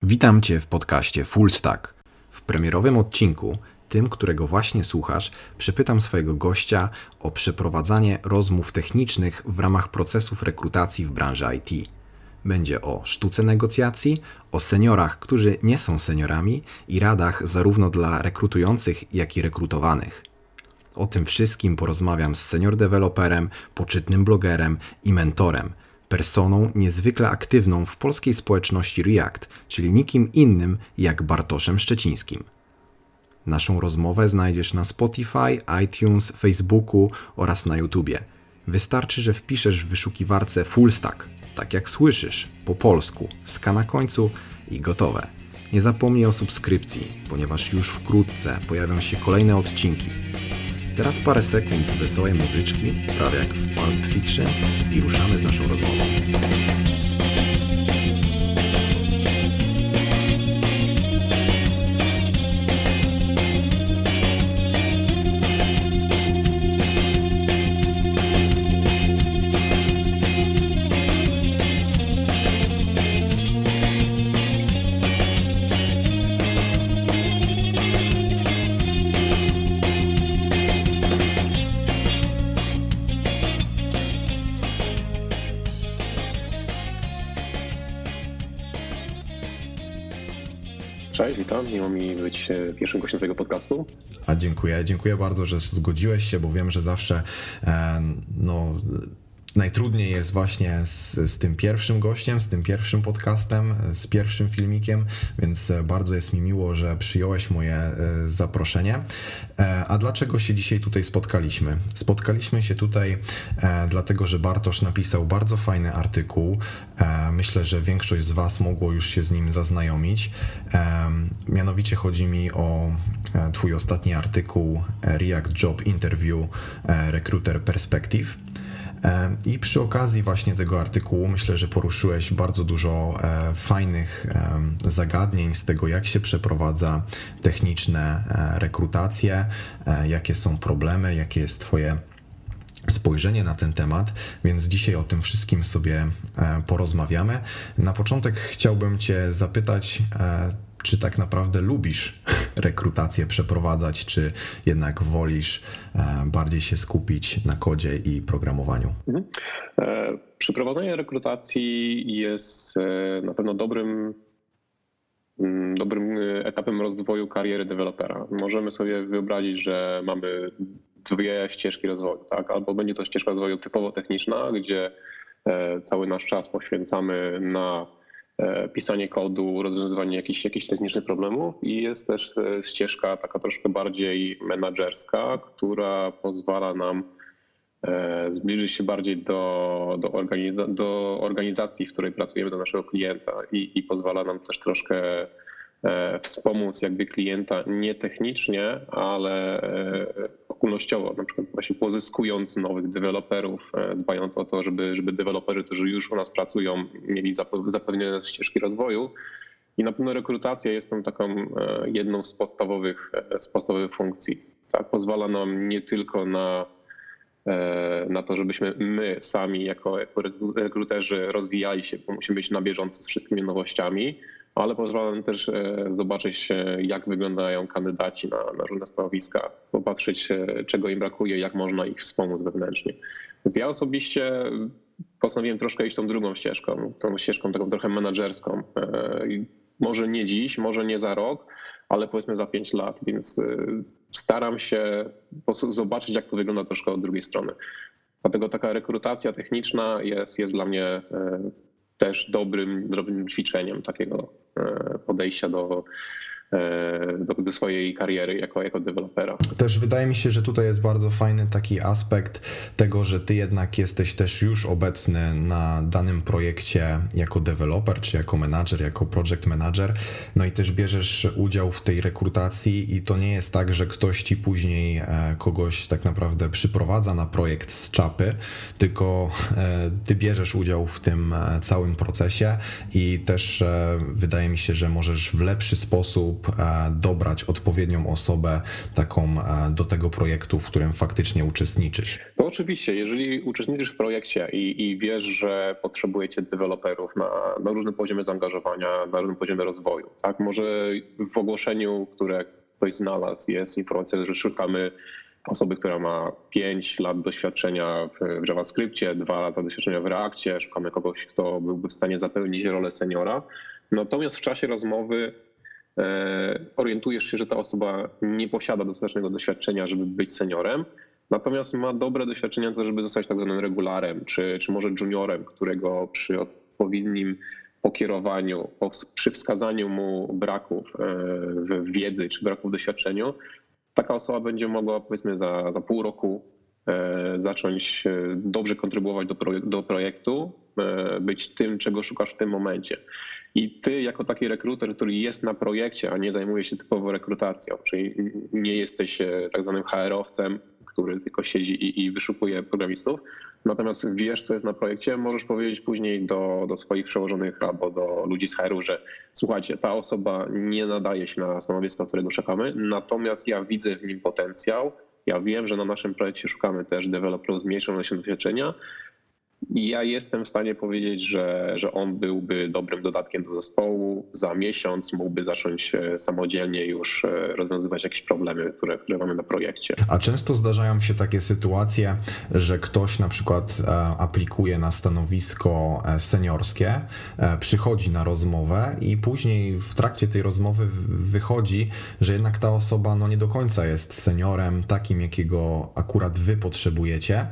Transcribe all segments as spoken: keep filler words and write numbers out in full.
Witam Cię w podcaście Full Stack. W premierowym odcinku, tym, którego właśnie słuchasz, przepytam swojego gościa o przeprowadzanie rozmów technicznych w ramach procesów rekrutacji w branży I T. Będzie o sztuce negocjacji, o seniorach, którzy nie są seniorami i radach zarówno dla rekrutujących, jak i rekrutowanych. O tym wszystkim porozmawiam z senior deweloperem, poczytnym blogerem i mentorem, personą niezwykle aktywną w polskiej społeczności React, czyli nikim innym jak Bartoszem Szczecińskim. Naszą rozmowę znajdziesz na Spotify, iTunes, Facebooku oraz na YouTubie. Wystarczy, że wpiszesz w wyszukiwarce Full Stack, tak jak słyszysz, po polsku, ska na końcu i gotowe. Nie zapomnij o subskrypcji, ponieważ już wkrótce pojawią się kolejne odcinki. Teraz parę sekund wesołej muzyczki, prawie jak w Pulp Fiction, i ruszamy z naszą rozmową. Cześć, witam. Miło mi być pierwszym gościem twojego podcastu. A dziękuję. Dziękuję bardzo, że zgodziłeś się, bo wiem, że zawsze e, no, najtrudniej jest właśnie z, z tym pierwszym gościem, z tym pierwszym podcastem, z pierwszym filmikiem, więc bardzo jest mi miło, że przyjąłeś moje e, zaproszenie. E, a dlaczego się dzisiaj tutaj spotkaliśmy? Spotkaliśmy się tutaj e, dlatego, że Bartosz napisał bardzo fajny artykuł. E, myślę, że większość z Was mogło już się z nim zaznajomić. E, mianowicie chodzi mi o e, Twój ostatni artykuł React Job Interview e, Recruiter Perspective. I przy okazji właśnie tego artykułu myślę, że poruszyłeś bardzo dużo fajnych zagadnień z tego, jak się przeprowadza techniczne rekrutacje, jakie są problemy, jakie jest Twoje spojrzenie na ten temat, więc dzisiaj o tym wszystkim sobie porozmawiamy. Na początek chciałbym Cię zapytać, czy tak naprawdę lubisz rekrutację przeprowadzać, czy jednak wolisz bardziej się skupić na kodzie i programowaniu? Mhm. Przeprowadzenie rekrutacji jest na pewno dobrym, dobrym etapem rozwoju kariery dewelopera. Możemy sobie wyobrazić, że mamy dwie ścieżki rozwoju, tak? Albo będzie to ścieżka rozwoju typowo techniczna, gdzie cały nasz czas poświęcamy na pisanie kodu, rozwiązywanie jakichś, jakichś technicznych problemów, i jest też ścieżka taka troszkę bardziej menadżerska, która pozwala nam zbliżyć się bardziej do, do, organiza- do organizacji, w której pracujemy, do naszego klienta, i, i pozwala nam też troszkę wspomóc jakby klienta nie technicznie, ale ogólnościowo, na przykład właśnie pozyskując nowych deweloperów, dbając o to, żeby, żeby deweloperzy, którzy już u nas pracują, mieli zapewnione ścieżki rozwoju. I na pewno rekrutacja jest tam taką jedną z podstawowych, z podstawowych funkcji. Tak? Pozwala nam nie tylko na, na to, żebyśmy my sami jako, jako rekruterzy rozwijali się, bo musimy być na bieżąco z wszystkimi nowościami, ale pozwala nam też zobaczyć, jak wyglądają kandydaci na, na różne stanowiska, popatrzeć, czego im brakuje, jak można ich wspomóc wewnętrznie. Więc ja osobiście postanowiłem troszkę iść tą drugą ścieżką, tą ścieżką taką trochę menadżerską. Może nie dziś, może nie za rok, ale powiedzmy za pięć lat, więc staram się zobaczyć, jak to wygląda troszkę od drugiej strony. Dlatego taka rekrutacja techniczna jest, jest dla mnie też dobrym, dobrym ćwiczeniem takiego podejścia do, do, do swojej kariery jako, jako dewelopera. Też wydaje mi się, że tutaj jest bardzo fajny taki aspekt tego, że ty jednak jesteś też już obecny na danym projekcie jako deweloper, czy jako menadżer, jako project manager, no i też bierzesz udział w tej rekrutacji, i to nie jest tak, że ktoś ci później kogoś tak naprawdę przyprowadza na projekt z czapy, tylko ty bierzesz udział w tym całym procesie i też wydaje mi się, że możesz w lepszy sposób sposób dobrać odpowiednią osobę taką do tego projektu, w którym faktycznie uczestniczysz? To oczywiście, jeżeli uczestniczysz w projekcie i, i wiesz, że potrzebujecie deweloperów na, na różnym poziomie zaangażowania, na różnym poziomie rozwoju, tak? Może w ogłoszeniu, które ktoś znalazł, jest informacja, że szukamy osoby, która ma pięć lat doświadczenia w JavaScriptie, dwa lata doświadczenia w Reakcie, szukamy kogoś, kto byłby w stanie zapełnić rolę seniora. Natomiast w czasie rozmowy orientujesz się, że ta osoba nie posiada dostatecznego doświadczenia, żeby być seniorem, natomiast ma dobre doświadczenia, to żeby zostać tak zwanym regularem, czy, czy może juniorem, którego przy odpowiednim pokierowaniu, przy wskazaniu mu braków w wiedzy czy braków w doświadczeniu, taka osoba będzie mogła powiedzmy za, za pół roku zacząć dobrze kontrybuować do, projek- do projektu, być tym, czego szukasz w tym momencie. I ty jako taki rekruter, który jest na projekcie, a nie zajmuje się typowo rekrutacją, czyli nie jesteś tak zwanym H R-owcem, który tylko siedzi i, i wyszukuje programistów, natomiast wiesz, co jest na projekcie, możesz powiedzieć później do, do swoich przełożonych albo do ludzi z H R-u, że słuchajcie, ta osoba nie nadaje się na stanowisko, którego szukamy, natomiast ja widzę w nim potencjał, ja wiem, że na naszym projekcie szukamy też deweloperów z mniejszą ilością doświadczenia, i ja jestem w stanie powiedzieć, że, że on byłby dobrym dodatkiem do zespołu. Za miesiąc mógłby zacząć samodzielnie już rozwiązywać jakieś problemy, które, które mamy na projekcie. A często zdarzają się takie sytuacje, że ktoś na przykład aplikuje na stanowisko seniorskie, przychodzi na rozmowę i później w trakcie tej rozmowy wychodzi, że jednak ta osoba no nie do końca jest seniorem takim, jakiego akurat wy potrzebujecie.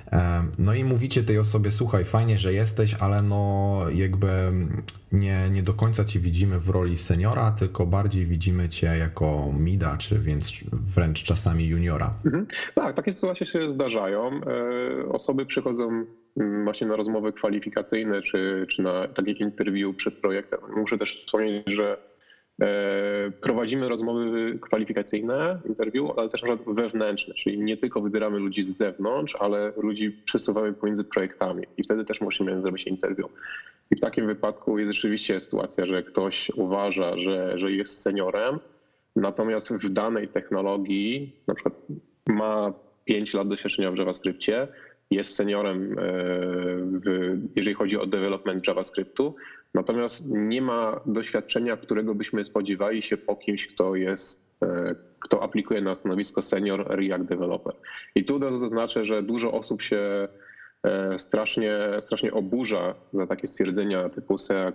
No i mówicie tej osobie, słuchaj, fajnie, że jesteś, ale no jakby nie, nie do końca cię widzimy w roli seniora, tylko bardziej widzimy cię jako mida, czy więc wręcz czasami juniora. Mhm. Tak, takie sytuacje się zdarzają. Osoby przychodzą właśnie na rozmowy kwalifikacyjne, czy, czy na takie interview przed projektem. Muszę też wspomnieć, że prowadzimy rozmowy kwalifikacyjne, interview, ale też na przykład wewnętrzne, czyli nie tylko wybieramy ludzi z zewnątrz, ale ludzi przesuwamy pomiędzy projektami i wtedy też musimy zrobić interview. I w takim wypadku jest rzeczywiście sytuacja, że ktoś uważa, że, że jest seniorem, natomiast w danej technologii, na przykład ma pięć lat doświadczenia w JavaScriptie, jest seniorem, w, jeżeli chodzi o development JavaScriptu, natomiast nie ma doświadczenia, którego byśmy spodziewali się po kimś, kto jest, kto aplikuje na stanowisko senior React Developer. I tu od razu zaznaczę, że dużo osób się strasznie, strasznie oburza za takie stwierdzenia typu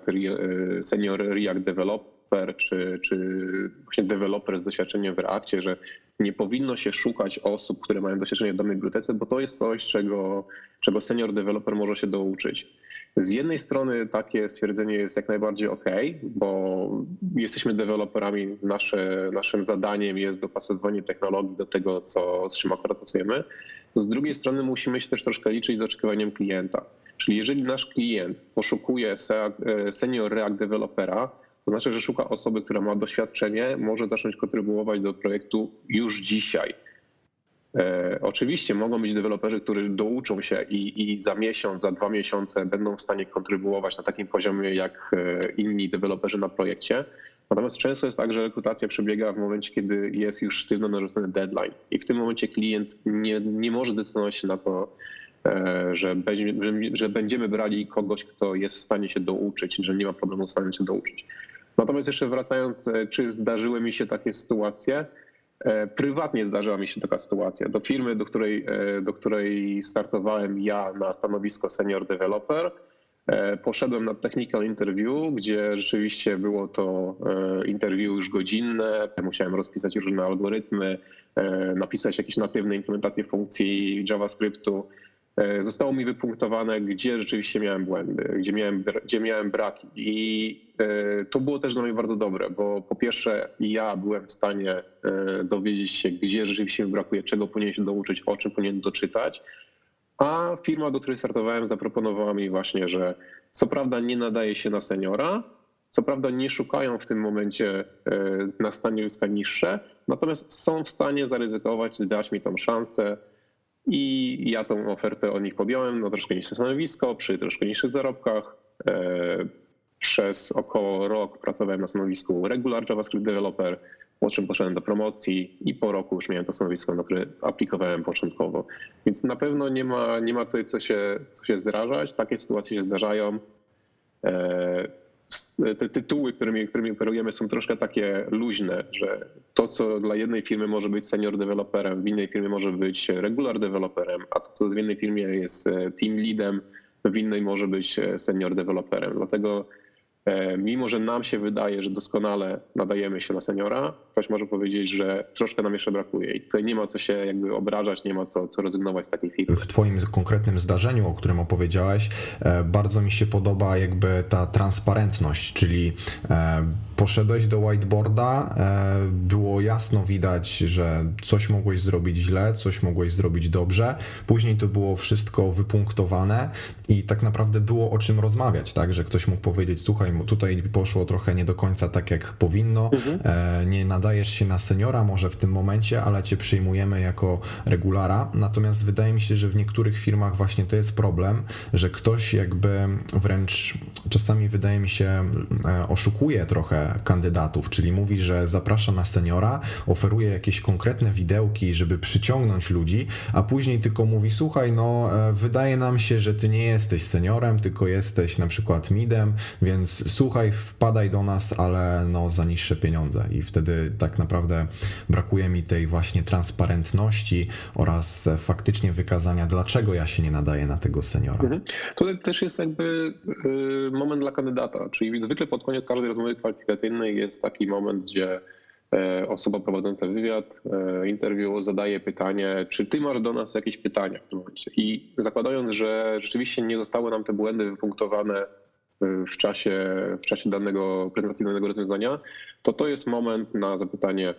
senior React Developer, czy, czy właśnie deweloper z doświadczeniem w Reakcie, że nie powinno się szukać osób, które mają doświadczenie w danej bibliotece, bo to jest coś, czego, czego senior developer może się douczyć. Z jednej strony takie stwierdzenie jest jak najbardziej OK, bo jesteśmy deweloperami, nasze, naszym zadaniem jest dopasowywanie technologii do tego, co, z czym akurat pracujemy. Z drugiej strony musimy się też troszkę liczyć z oczekiwaniem klienta. Czyli jeżeli nasz klient poszukuje senior React Developera, to znaczy, że szuka osoby, która ma doświadczenie, może zacząć kontrybuować do projektu już dzisiaj. E, oczywiście mogą być deweloperzy, którzy douczą się i, i za miesiąc, za dwa miesiące będą w stanie kontrybuować na takim poziomie jak inni deweloperzy na projekcie. Natomiast często jest tak, że rekrutacja przebiega w momencie, kiedy jest już sztywno narzucony deadline i w tym momencie klient nie, nie może decydować się na to, że, będzie, że, że będziemy brali kogoś, kto jest w stanie się douczyć, że nie ma problemu z stanie się douczyć. Natomiast jeszcze wracając, czy zdarzyły mi się takie sytuacje? Prywatnie zdarzyła mi się taka sytuacja. Do firmy, do której, do której startowałem ja na stanowisko senior developer, poszedłem na technical interview, gdzie rzeczywiście było to interview już godzinne. Musiałem rozpisać różne algorytmy, napisać jakieś natywne implementacje funkcji JavaScriptu. Zostało mi wypunktowane, gdzie rzeczywiście miałem błędy, gdzie miałem, gdzie miałem braki. I to było też dla mnie bardzo dobre, bo po pierwsze ja byłem w stanie dowiedzieć się, gdzie rzeczywiście mi brakuje, czego powinien się douczyć, o czym powinien doczytać. A firma, do której startowałem, zaproponowała mi właśnie, że co prawda nie nadaje się na seniora, co prawda nie szukają w tym momencie na stanowiska niższe, natomiast są w stanie zaryzykować, dać mi tą szansę i ja tą ofertę od nich podjąłem na troszkę niższe stanowisko, przy troszkę niższych zarobkach. przez około rok pracowałem na stanowisku regular JavaScript developer, po czym poszedłem do promocji i po roku już miałem to stanowisko, na które aplikowałem początkowo. Więc na pewno nie ma, nie ma tutaj co się, co się zrażać. Takie sytuacje się zdarzają. Te tytuły, którymi, którymi operujemy, są troszkę takie luźne, że to, co dla jednej firmy może być senior deweloperem, w innej firmie może być regular deweloperem, a to, co w jednej firmie jest team leadem, w innej może być senior deweloperem. Dlatego mimo, że nam się wydaje, że doskonale nadajemy się na seniora, ktoś może powiedzieć, że troszkę nam jeszcze brakuje i tutaj nie ma co się jakby obrażać, nie ma co, co rezygnować z takiej firmy. W twoim konkretnym zdarzeniu, o którym opowiedziałeś, bardzo mi się podoba jakby ta transparentność, czyli poszedłeś do whiteboarda, było jasno widać, że coś mogłeś zrobić źle, coś mogłeś zrobić dobrze, później to było wszystko wypunktowane i tak naprawdę było o czym rozmawiać, tak, że ktoś mógł powiedzieć, słuchaj, tutaj poszło trochę nie do końca tak, jak powinno, mhm. nie nadajesz się na seniora może w tym momencie, ale cię przyjmujemy jako regulara, natomiast wydaje mi się, że w niektórych firmach właśnie to jest problem, że ktoś jakby wręcz czasami wydaje mi się oszukuje trochę kandydatów, czyli mówi, że zaprasza na seniora, oferuje jakieś konkretne widełki, żeby przyciągnąć ludzi, a później tylko mówi, słuchaj, no wydaje nam się, że ty nie jesteś seniorem, tylko jesteś na przykład midem, więc słuchaj, wpadaj do nas, ale no za niższe pieniądze i wtedy tak naprawdę brakuje mi tej właśnie transparentności oraz faktycznie wykazania, dlaczego ja się nie nadaję na tego seniora. Mhm. Tutaj też jest jakby moment dla kandydata, czyli zwykle pod koniec każdej rozmowy kwalifikacyjnej jest taki moment, gdzie osoba prowadząca wywiad, interview zadaje pytanie, czy ty masz do nas jakieś pytania w tym momencie. I zakładając, że rzeczywiście nie zostały nam te błędy wypunktowane w czasie, w czasie danego prezentacji danego rozwiązania, to to jest moment na zapytanie,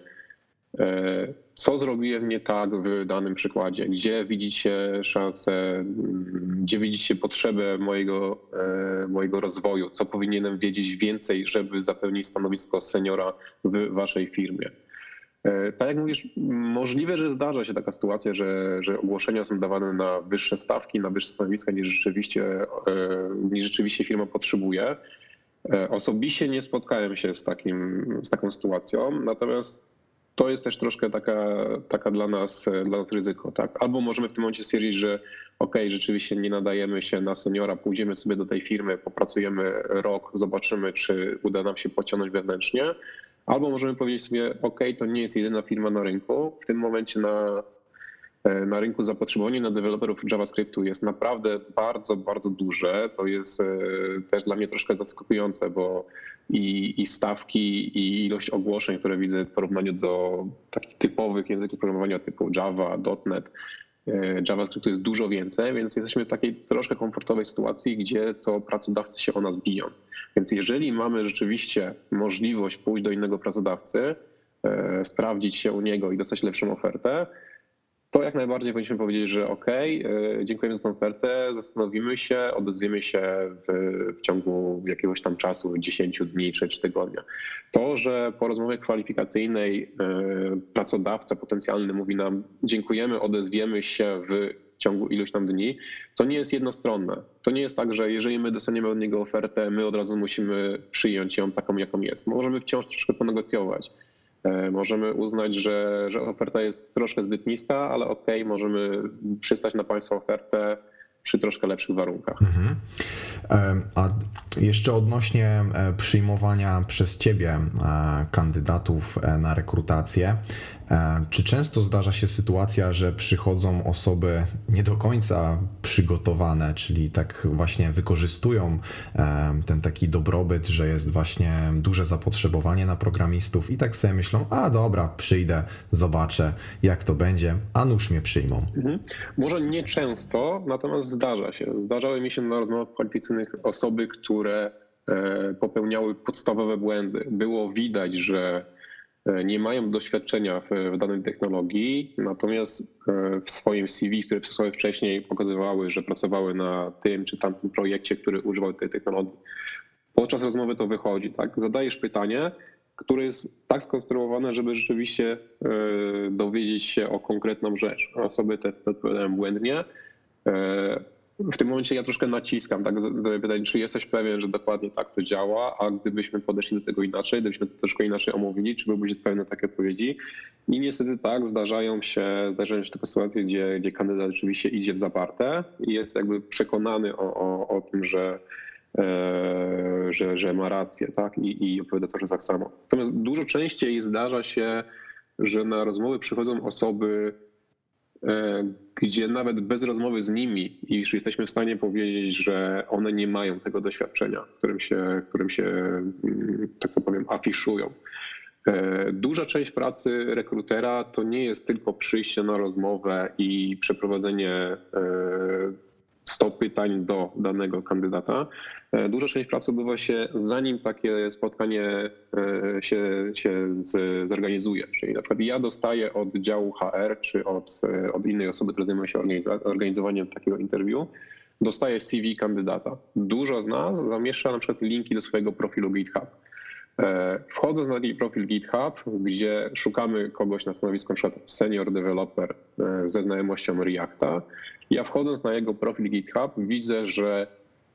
co zrobiłem nie tak w danym przykładzie, gdzie widzicie szansę, gdzie widzicie potrzebę mojego, mojego rozwoju, co powinienem wiedzieć więcej, żeby zapewnić stanowisko seniora w waszej firmie. Tak jak mówisz, możliwe, że zdarza się taka sytuacja, że, że ogłoszenia są dawane na wyższe stawki, na wyższe stanowiska niż rzeczywiście, niż rzeczywiście firma potrzebuje. Osobiście nie spotkałem się z, takim, z taką sytuacją, natomiast to jest też troszkę taka, taka dla nas, dla nas ryzyko. Tak? Albo możemy w tym momencie stwierdzić, że ok, rzeczywiście nie nadajemy się na seniora, pójdziemy sobie do tej firmy, popracujemy rok, zobaczymy, czy uda nam się pociągnąć wewnętrznie. Albo możemy powiedzieć sobie, ok, to nie jest jedyna firma na rynku. W tym momencie na, na rynku zapotrzebowanie na deweloperów JavaScriptu jest naprawdę bardzo, bardzo duże. To jest też dla mnie troszkę zaskakujące, bo i, i stawki, i ilość ogłoszeń, które widzę w porównaniu do takich typowych języków programowania typu Java, .NET, JavaScriptu jest dużo więcej, więc jesteśmy w takiej troszkę komfortowej sytuacji, gdzie to pracodawcy się o nas biją. Więc jeżeli mamy rzeczywiście możliwość pójść do innego pracodawcy, sprawdzić się u niego i dostać lepszą ofertę, to jak najbardziej powinniśmy powiedzieć, że ok, dziękujemy za tę ofertę, zastanowimy się, odezwiemy się w, w ciągu jakiegoś tam czasu, dziesięciu dni czy tygodnia. To, że po rozmowie kwalifikacyjnej pracodawca potencjalny mówi nam dziękujemy, odezwiemy się w ciągu iluś tam dni, to nie jest jednostronne. To nie jest tak, że jeżeli my dostaniemy od niego ofertę, my od razu musimy przyjąć ją taką, jaką jest. Możemy wciąż troszkę ponegocjować. Możemy uznać, że, że oferta jest troszkę zbyt niska, ale okej, okay, możemy przystać na Państwa ofertę przy troszkę lepszych warunkach. Mhm. A jeszcze odnośnie przyjmowania przez Ciebie kandydatów na rekrutację, czy często zdarza się sytuacja, że przychodzą osoby nie do końca przygotowane, czyli tak właśnie wykorzystują ten taki dobrobyt, że jest właśnie duże zapotrzebowanie na programistów i tak sobie myślą, a dobra, przyjdę, zobaczę jak to będzie, a nuż mnie przyjmą. Mhm. Może nie często, natomiast zdarza się. Zdarzały mi się na rozmowach kwalifikacyjnych osoby, które popełniały podstawowe błędy. Było widać, że nie mają doświadczenia w, w danej technologii, natomiast w swoim C V, które przesłały wcześniej, pokazywały, że pracowały na tym czy tamtym projekcie, który używał tej technologii. Podczas rozmowy to wychodzi, tak? Zadajesz pytanie, które jest tak skonstruowane, żeby rzeczywiście dowiedzieć się o konkretną rzecz. Osoby te, te odpowiadają błędnie. w tym momencie ja troszkę naciskam, tak, pytanie, czy jesteś pewien, że dokładnie tak to działa, a gdybyśmy podeszli do tego inaczej, gdybyśmy to troszkę inaczej omówili, czy byłbyś pewny takiej odpowiedzi? I niestety tak, zdarzają się, zdarzają się takie sytuacje, gdzie, gdzie kandydat rzeczywiście idzie w zaparte i jest jakby przekonany o, o, o tym, że, e, że, że ma rację, tak, i, i opowiada cały czas tak samo. Natomiast dużo częściej zdarza się, że na rozmowy przychodzą osoby, gdzie nawet bez rozmowy z nimi, iż jesteśmy w stanie powiedzieć, że one nie mają tego doświadczenia, którym się, którym się tak to powiem, afiszują. Duża część pracy rekrutera to nie jest tylko przyjście na rozmowę i przeprowadzenie sto pytań do danego kandydata. Duża część pracy odbywa się zanim takie spotkanie się, się z, zorganizuje. Czyli na przykład ja dostaję od działu H R czy od, od innej osoby, która zajmuje się organizowaniem takiego interwiu, dostaję C V kandydata. Dużo z nas zamieszcza na przykład linki do swojego profilu GitHub. Wchodząc na taki profil GitHub, gdzie szukamy kogoś na stanowisku np. senior developer ze znajomością Reacta, ja wchodząc na jego profil GitHub widzę, że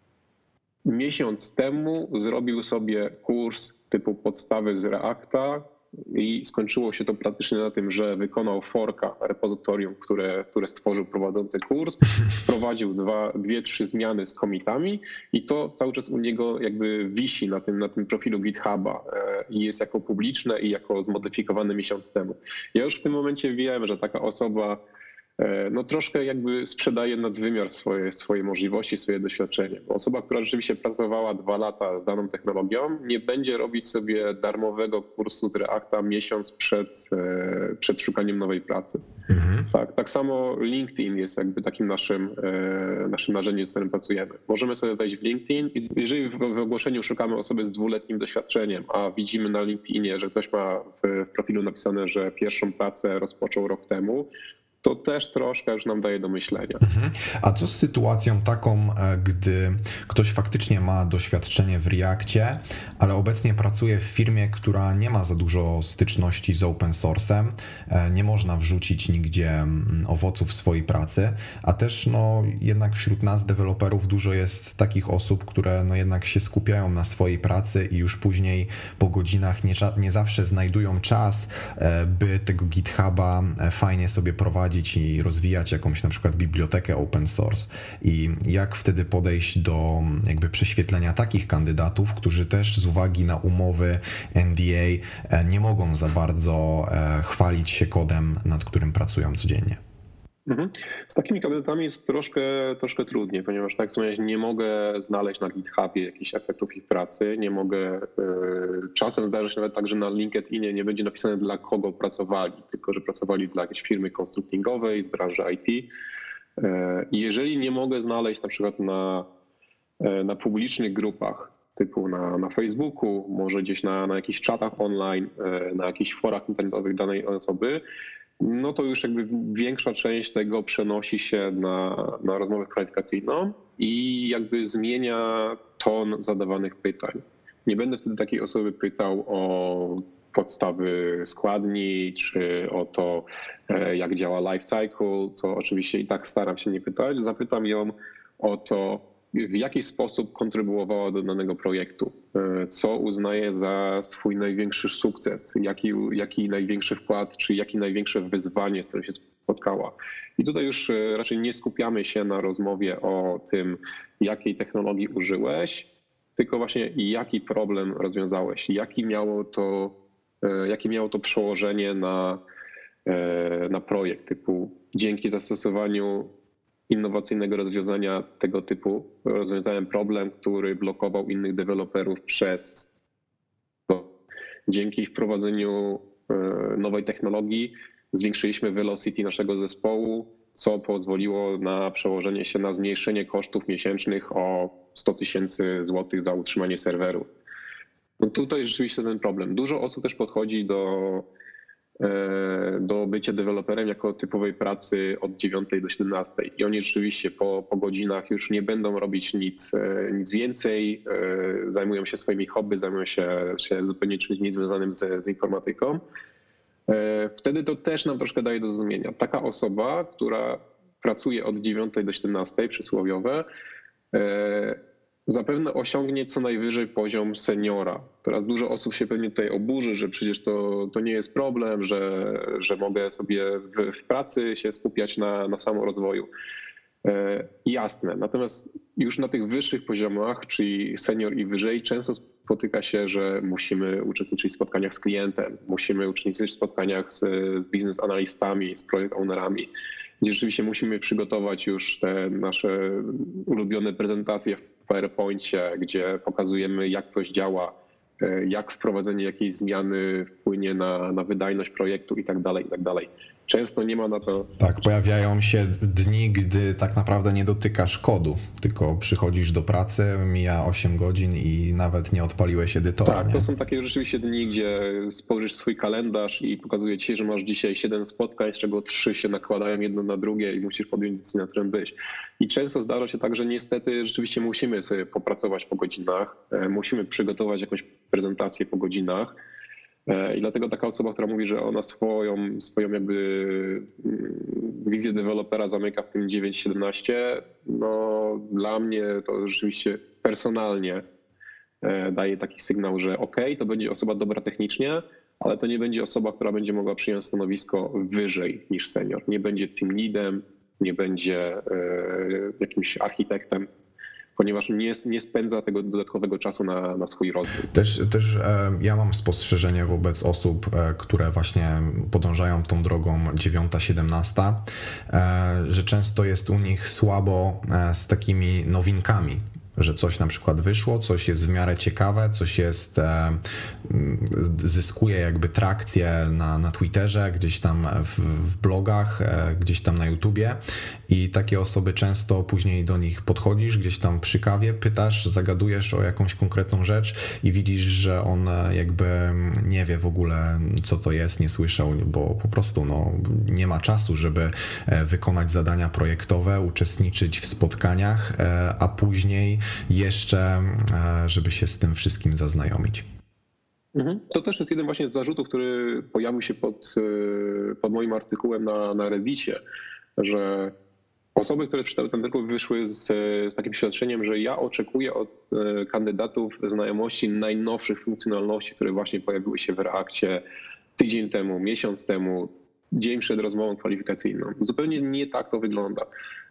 miesiąc temu zrobił sobie kurs typu podstawy z Reacta i skończyło się to praktycznie na tym, że wykonał forka repozytorium, które, które stworzył prowadzący kurs, wprowadził dwa, dwie, trzy zmiany z commitami i to cały czas u niego jakby wisi na tym, na tym profilu GitHuba i jest jako publiczne i jako zmodyfikowane miesiąc temu. Ja już w tym momencie wiem, że taka osoba no troszkę jakby sprzedaje nadwymiar swoje, swoje możliwości, swoje doświadczenie. Bo osoba, która rzeczywiście pracowała dwa lata z daną technologią, nie będzie robić sobie darmowego kursu z Reacta miesiąc przed, przed szukaniem nowej pracy. Mhm. Tak, tak samo LinkedIn jest jakby takim naszym, naszym narzędziem, z którym pracujemy. Możemy sobie wejść w LinkedIn i jeżeli w, w ogłoszeniu szukamy osoby z dwuletnim doświadczeniem, a widzimy na LinkedInie, że ktoś ma w, w profilu napisane, że pierwszą pracę rozpoczął rok temu, to też troszkę już nam daje do myślenia. Mhm. A co z sytuacją taką, gdy ktoś faktycznie ma doświadczenie w Reactie, ale obecnie pracuje w firmie, która nie ma za dużo styczności z open source'em, nie można wrzucić nigdzie owoców swojej pracy, a też no, jednak wśród nas, deweloperów, dużo jest takich osób, które no, jednak się skupiają na swojej pracy i już później po godzinach nie, nie zawsze znajdują czas, by tego GitHuba fajnie sobie prowadzić i rozwijać jakąś na przykład bibliotekę open source. I jak wtedy podejść do jakby prześwietlenia takich kandydatów, którzy też z uwagi na umowy N D A nie mogą za bardzo chwalić się kodem, nad którym pracują codziennie? Z takimi kandydatami jest troszkę, troszkę trudniej, ponieważ tak jak wspomniałeś, nie mogę znaleźć na GitHubie jakichś efektów ich pracy, nie mogę, czasem zdarza się nawet tak, że na LinkedInie nie będzie napisane dla kogo pracowali, tylko że pracowali dla jakiejś firmy konsultingowej z branży I T. I jeżeli nie mogę znaleźć na przykład na, na publicznych grupach, typu na, na Facebooku, może gdzieś na, na jakichś czatach online, na jakichś forach internetowych danej osoby, no to już jakby większa część tego przenosi się na, na rozmowę kwalifikacyjną i jakby zmienia ton zadawanych pytań. Nie będę wtedy takiej osoby pytał o podstawy składni, czy o to, jak działa life cycle, co oczywiście i tak staram się nie pytać. Zapytam ją o to, w jaki sposób kontrybuowała do danego projektu, co uznaje za swój największy sukces, jaki, jaki największy wkład, czy jaki największe wyzwanie, z którym się spotkała. I tutaj już raczej nie skupiamy się na rozmowie o tym, jakiej technologii użyłeś, tylko właśnie jaki problem rozwiązałeś, jaki miało to, jakie miało to przełożenie na, na projekt, typu dzięki zastosowaniu innowacyjnego rozwiązania tego typu rozwiązałem problem, który blokował innych deweloperów przez to. Dzięki wprowadzeniu nowej technologii zwiększyliśmy velocity naszego zespołu, co pozwoliło na przełożenie się na zmniejszenie kosztów miesięcznych o sto tysięcy złotych za utrzymanie serweru. No tutaj rzeczywiście ten problem. Dużo osób też podchodzi do do bycia deweloperem jako typowej pracy od dziewiątej do siedemnastej. I oni rzeczywiście po, po godzinach już nie będą robić nic, nic więcej, zajmują się swoimi hobby, zajmują się, się zupełnie czymś niezwiązanym z, z informatyką. Wtedy to też nam troszkę daje do zrozumienia. Taka osoba, która pracuje od dziewiątej do siedemnastej, przysłowiowe, zapewne osiągnie co najwyżej poziom seniora. Teraz dużo osób się pewnie tutaj oburzy, że przecież to, to nie jest problem, że, że mogę sobie w, w pracy się skupiać na, na samorozwoju. E, jasne, natomiast już na tych wyższych poziomach, czyli senior i wyżej, często spotyka się, że musimy uczestniczyć w spotkaniach z klientem, musimy uczestniczyć w spotkaniach z, z biznes analistami, z project ownerami, gdzie rzeczywiście musimy przygotować już te nasze ulubione prezentacje w PowerPoincie, gdzie pokazujemy, jak coś działa, jak wprowadzenie jakiejś zmiany wpłynie na, na wydajność projektu i tak dalej, i tak dalej. Często nie ma na to... Tak, pojawiają się dni, gdy tak naprawdę nie dotykasz kodu, tylko przychodzisz do pracy, mija osiem godzin i nawet nie odpaliłeś edytora. Tak, nie? to są takie rzeczywiście dni, gdzie spojrzysz swój kalendarz i pokazuje ci, że masz dzisiaj siedem spotkań, z czego trzy się nakładają jedno na drugie i musisz podjąć decyzję, na którym być. I często zdarza się tak, że niestety rzeczywiście musimy sobie popracować po godzinach, musimy przygotować jakąś prezentację po godzinach. I dlatego taka osoba, która mówi, że ona swoją, swoją jakby wizję dewelopera zamyka w tym dziewięć siedemnaście, no dla mnie to rzeczywiście personalnie daje taki sygnał, że ok, to będzie osoba dobra technicznie, ale to nie będzie osoba, która będzie mogła przyjąć stanowisko wyżej niż senior. Nie będzie team leadem, nie będzie jakimś architektem, ponieważ nie, nie spędza tego dodatkowego czasu na, na swój rozwój. Też, też e, ja mam spostrzeżenie wobec osób, e, które właśnie podążają tą drogą dziewiąta siedemnasta, e, że często jest u nich słabo e, z takimi nowinkami, że coś na przykład wyszło, coś jest w miarę ciekawe, coś jest, e, zyskuje jakby trakcję na, na Twitterze, gdzieś tam w, w blogach, e, gdzieś tam na YouTubie i takie osoby często później do nich podchodzisz, gdzieś tam przy kawie, pytasz, zagadujesz o jakąś konkretną rzecz i widzisz, że on jakby nie wie w ogóle, co to jest, nie słyszał, bo po prostu no, nie ma czasu, żeby wykonać zadania projektowe, uczestniczyć w spotkaniach, a później jeszcze, żeby się z tym wszystkim zaznajomić. To też jest jeden właśnie z zarzutów, który pojawił się pod, pod moim artykułem na, na Reddicie, że osoby, które czytały ten artykuł, wyszły z, z takim przeświadczeniem, że ja oczekuję od kandydatów znajomości najnowszych funkcjonalności, które właśnie pojawiły się w Reakcie tydzień temu, miesiąc temu, dzień przed rozmową kwalifikacyjną. Zupełnie nie tak to wygląda.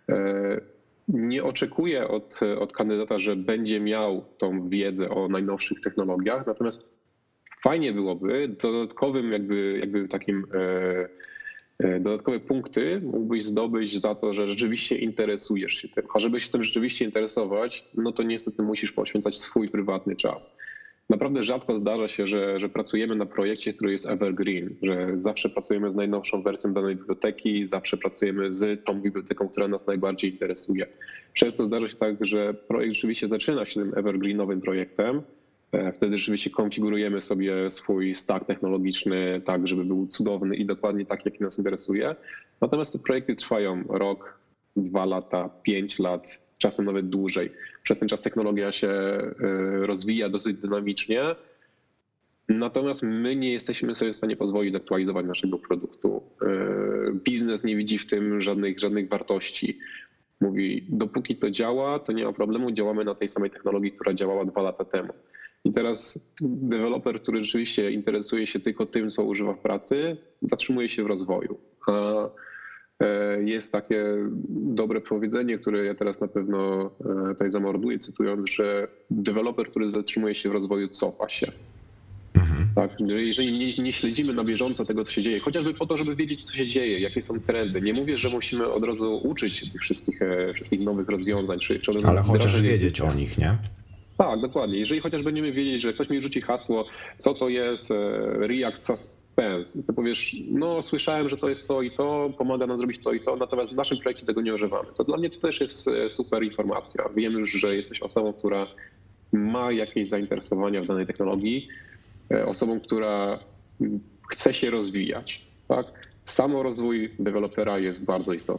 Nie oczekuję od, od kandydata, że będzie miał tą wiedzę o najnowszych technologiach, natomiast fajnie byłoby dodatkowym jakby, jakby takim dodatkowe punkty mógłbyś zdobyć za to, że rzeczywiście interesujesz się tym. A żeby się tym rzeczywiście interesować, no to niestety musisz poświęcać swój prywatny czas. Naprawdę rzadko zdarza się, że, że pracujemy na projekcie, który jest evergreen, że zawsze pracujemy z najnowszą wersją danej biblioteki, zawsze pracujemy z tą biblioteką, która nas najbardziej interesuje. Często zdarza się tak, że projekt rzeczywiście zaczyna się tym evergreenowym projektem, wtedy rzeczywiście konfigurujemy sobie swój stack technologiczny tak, żeby był cudowny i dokładnie tak, jaki nas interesuje. Natomiast te projekty trwają rok, dwa lata, pięć lat, czasem nawet dłużej. Przez ten czas technologia się rozwija dosyć dynamicznie, natomiast my nie jesteśmy sobie w stanie pozwolić zaktualizować naszego produktu. Biznes nie widzi w tym żadnych, żadnych wartości. Mówi, dopóki to działa, to nie ma problemu, działamy na tej samej technologii, która działała dwa lata temu. I teraz deweloper, który rzeczywiście interesuje się tylko tym, co używa w pracy, zatrzymuje się w rozwoju. A jest takie dobre powiedzenie, które ja teraz na pewno tutaj zamorduję, cytując, że deweloper, który zatrzymuje się w rozwoju, cofa się. Mhm. Tak, jeżeli nie, nie śledzimy na bieżąco tego, co się dzieje, chociażby po to, żeby wiedzieć, co się dzieje, jakie są trendy. Nie mówię, że musimy od razu uczyć się tych wszystkich, wszystkich nowych rozwiązań. Czy, czy ale chociaż wiedzieć o nich, nie? Tak, dokładnie. Jeżeli chociaż będziemy wiedzieć, że ktoś mi rzuci hasło, co to jest React Suspense, to powiesz, no słyszałem, że to jest to i to, pomaga nam zrobić to i to, natomiast w naszym projekcie tego nie używamy. To dla mnie to też jest super informacja. Wiem już, że jesteś osobą, która ma jakieś zainteresowania w danej technologii, osobą, która chce się rozwijać. Tak? Samorozwój dewelopera jest bardzo istotny.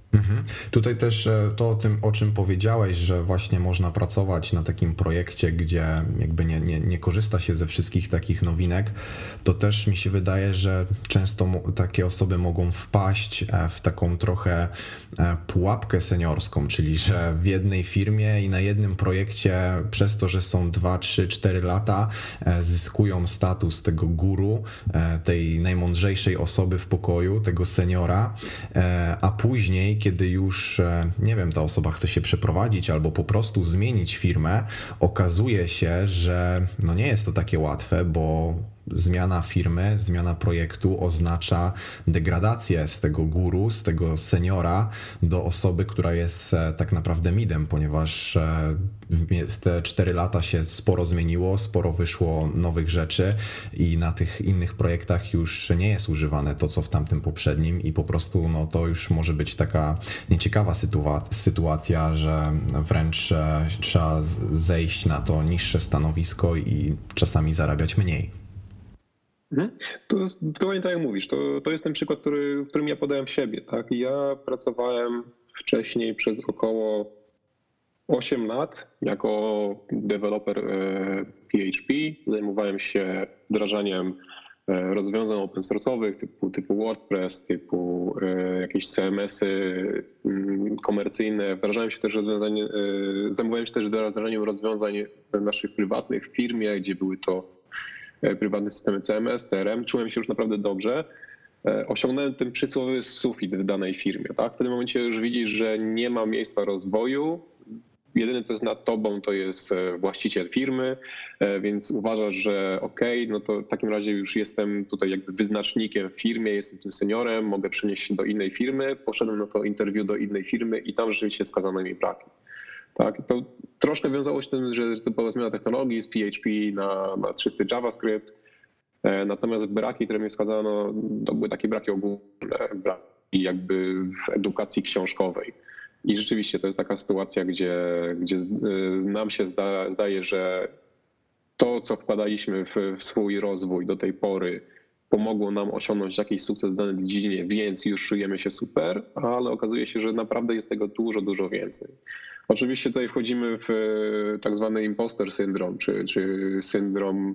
Mhm. Tutaj też e, to o tym, o czym powiedziałeś, że właśnie można pracować na takim projekcie, gdzie jakby nie, nie, nie korzysta się ze wszystkich takich nowinek, to też mi się wydaje, że często mo- takie osoby mogą wpaść e, w taką trochę e, pułapkę seniorską, czyli że w jednej firmie i na jednym projekcie przez to, że są dwa, trzy, cztery lata, e, zyskują status tego guru, e, tej najmądrzejszej osoby w pokoju, tego seniora, e, a później, kiedy już, e, nie wiem, ta osoba chce się przeprowadzić albo po prostu zmienić firmę, okazuje się, że no nie jest to takie łatwe, bo zmiana firmy, zmiana projektu oznacza degradację z tego guru, z tego seniora do osoby, która jest e, tak naprawdę midem, ponieważ e, w mie- w te cztery lata się sporo zmieniło, sporo wyszło nowych rzeczy i na tych innych projektach już nie jest używane to, co w tamtym poprzednim i po prostu no, to już może być taka nieciekawa sytuacja, sytuacja, że wręcz e, trzeba z- zejść na to niższe stanowisko i czasami zarabiać mniej. Mhm. To jest dokładnie tak jak mówisz. To, to jest ten przykład, który, w którym ja podałem siebie. Tak? Ja pracowałem wcześniej przez około osiem lat jako deweloper e, P H P. Zajmowałem się wdrażaniem e, rozwiązań open source'owych typu, typu WordPress, typu e, jakieś C M S-y mm, komercyjne. Wdrażałem się też rozwiązań, e, zajmowałem się też wdrażaniem rozwiązań naszych prywatnych w firmie, gdzie były to e, prywatne systemy C M S, C R M. Czułem się już naprawdę dobrze. E, Osiągnąłem ten przysłowiowy sufit w danej firmie. Tak? W tym momencie już widzisz, że nie ma miejsca rozwoju. Jedyne, co jest nad tobą, to jest e, właściciel firmy, e, więc uważasz, że okej, no to w takim razie już jestem tutaj jakby wyznacznikiem w firmie, jestem tym seniorem, mogę przenieść się do innej firmy. Poszedłem na to interview do innej firmy i tam rzeczywiście wskazano mi braki. Tak, to troszkę wiązało się z tym, że typowa zmiana technologii z P H P na, na czysty JavaScript. E, Natomiast braki, które mi wskazano, to były takie braki ogólne, braki jakby w edukacji książkowej. I rzeczywiście to jest taka sytuacja, gdzie, gdzie z- y, nam się zda, zdaje, że to, co wkładaliśmy w, w swój rozwój do tej pory, pomogło nam osiągnąć jakiś sukces w danej dziedzinie, więc już czujemy się super, ale okazuje się, że naprawdę jest tego dużo, dużo więcej. Oczywiście tutaj wchodzimy w e, tak zwany imposter syndrom, czy, czy syndrom,